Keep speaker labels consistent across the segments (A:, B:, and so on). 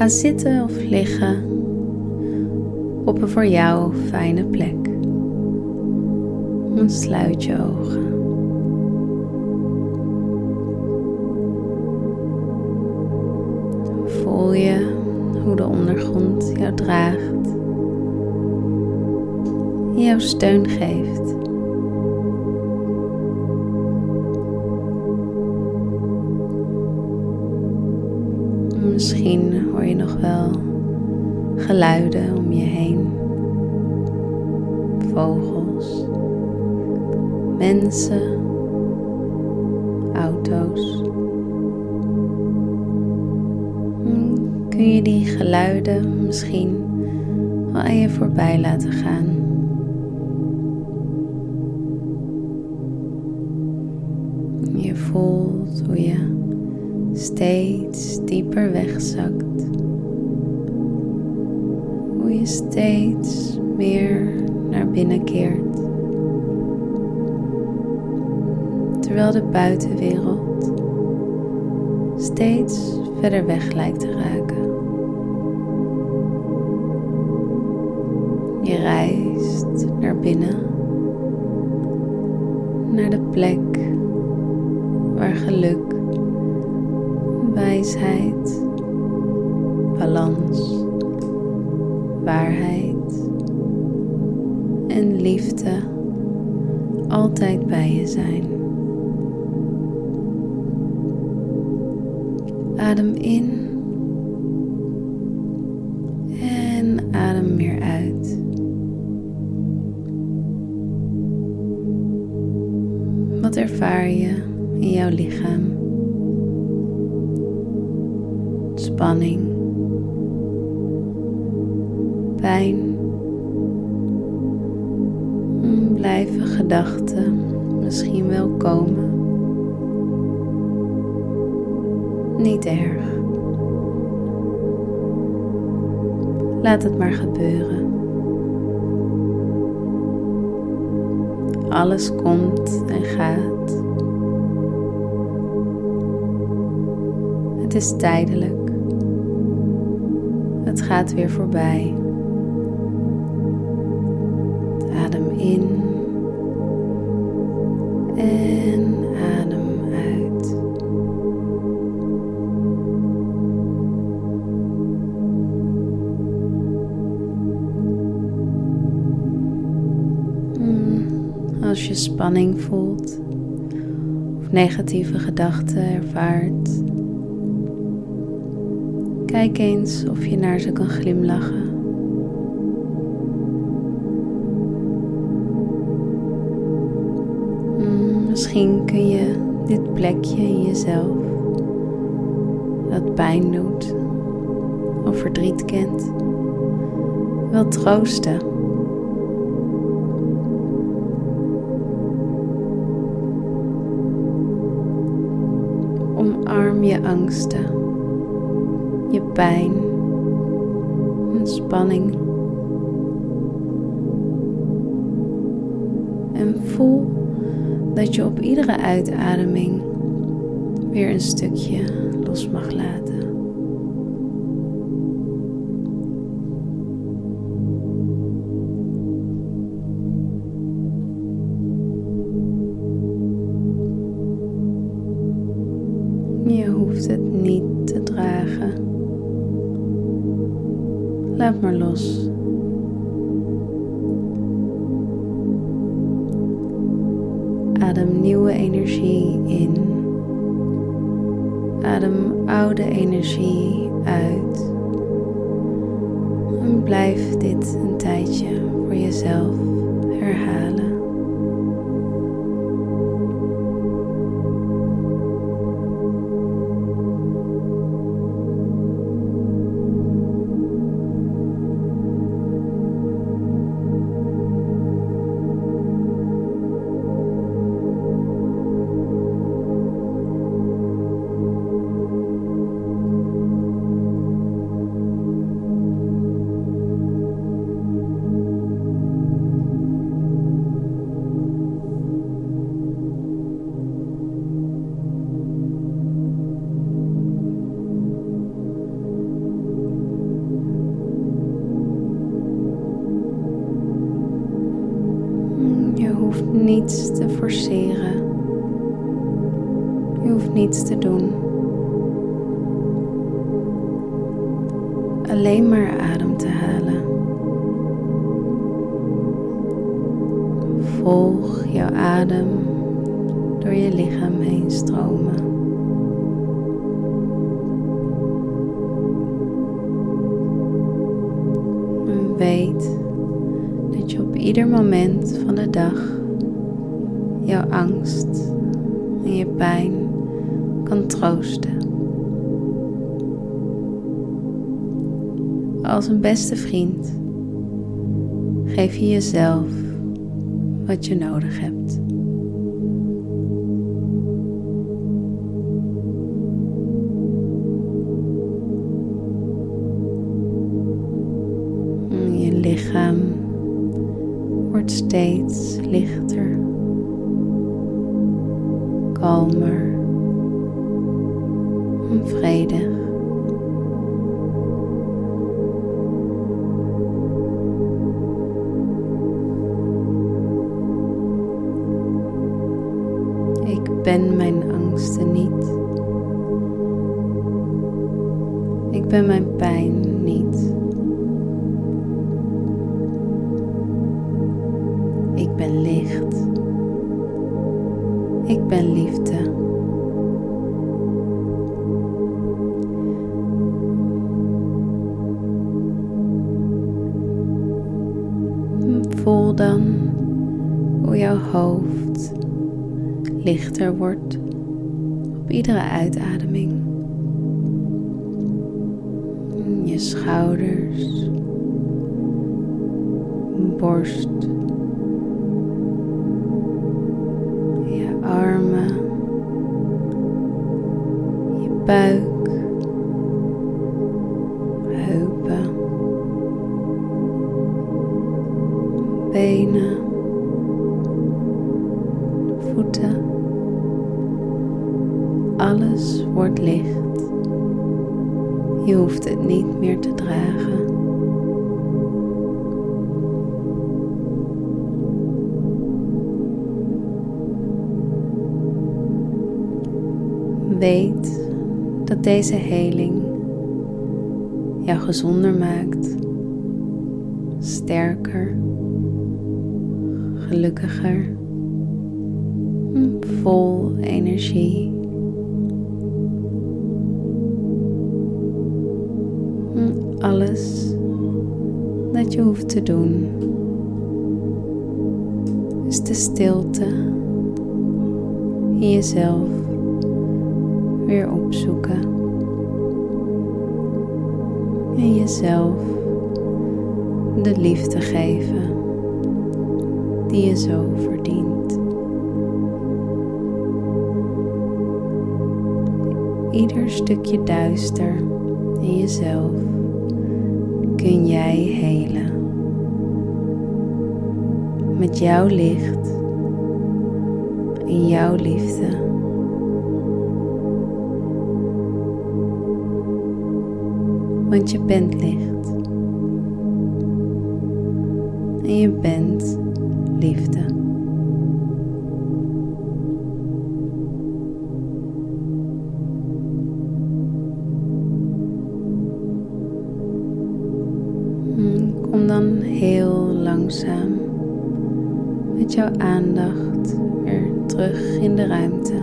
A: Ga zitten of liggen op een voor jou fijne plek. En sluit je ogen. Voel je hoe de ondergrond jou draagt, jou steun geeft. Misschien hoor je nog wel geluiden om je heen. Vogels, mensen, auto's. Kun je die geluiden misschien wel aan je voorbij laten gaan? Je voelt hoe je steeds dieper wegzakt. Hoe je steeds meer naar binnen keert. Terwijl de buitenwereld steeds verder weg lijkt te raken. Je reist naar binnen, naar de plek waar geluk, wijsheid, balans, waarheid en liefde altijd bij je zijn. Adem in en adem weer uit. Wat ervaar je in jouw lichaam? Spanning, pijn, blijven gedachten misschien wel komen. Niet erg. Laat het maar gebeuren. Alles komt en gaat. Het is tijdelijk. Het gaat weer voorbij. Adem in en adem uit. Als je spanning voelt of negatieve gedachten ervaart, kijk eens of je naar ze kan glimlachen. Misschien kun je dit plekje in jezelf dat pijn doet of verdriet kent wel troosten. Omarm je angsten, je pijn en spanning. En voel dat je op iedere uitademing weer een stukje los mag laten. Je hoeft het niet te dragen. Laat maar los. Adem nieuwe energie in. Adem oude energie uit. En blijf dit een tijdje voor jezelf herhalen. Je hoeft niets te forceren. Je hoeft niets te doen. Alleen maar adem te halen. Volg jouw adem door je lichaam heen stromen. En weet dat je op ieder moment van de dag jouw angst en je pijn kan troosten. Als een beste vriend geef je jezelf wat je nodig hebt. Je lichaam wordt steeds lichter, kalmer en vredig. Ik ben mijn angsten niet. Ik ben mijn pijn niet. Ik ben licht. Ik ben liefde. Voel dan hoe jouw hoofd lichter wordt op iedere uitademing. Je schouders, borst, je armen, je buik, heupen, benen, voeten. Alles wordt licht. Je hoeft het niet meer te dragen. Weet dat deze heling jou gezonder maakt, sterker, gelukkiger, vol energie. Alles dat je hoeft te doen is de stilte in jezelf weer opzoeken en jezelf de liefde geven die je zo verdient. Ieder stukje duister in jezelf kun jij helen. Met jouw licht en jouw liefde. Want je bent licht. En je bent liefde. Kom dan heel langzaam met jouw aandacht weer terug in de ruimte.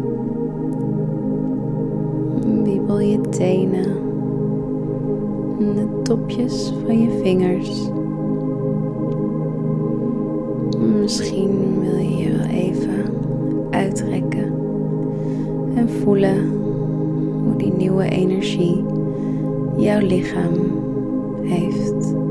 A: Wiebel je tenen en de topjes van je vingers. Misschien wil je je wel even uitrekken en voelen hoe die nieuwe energie jouw lichaam heeft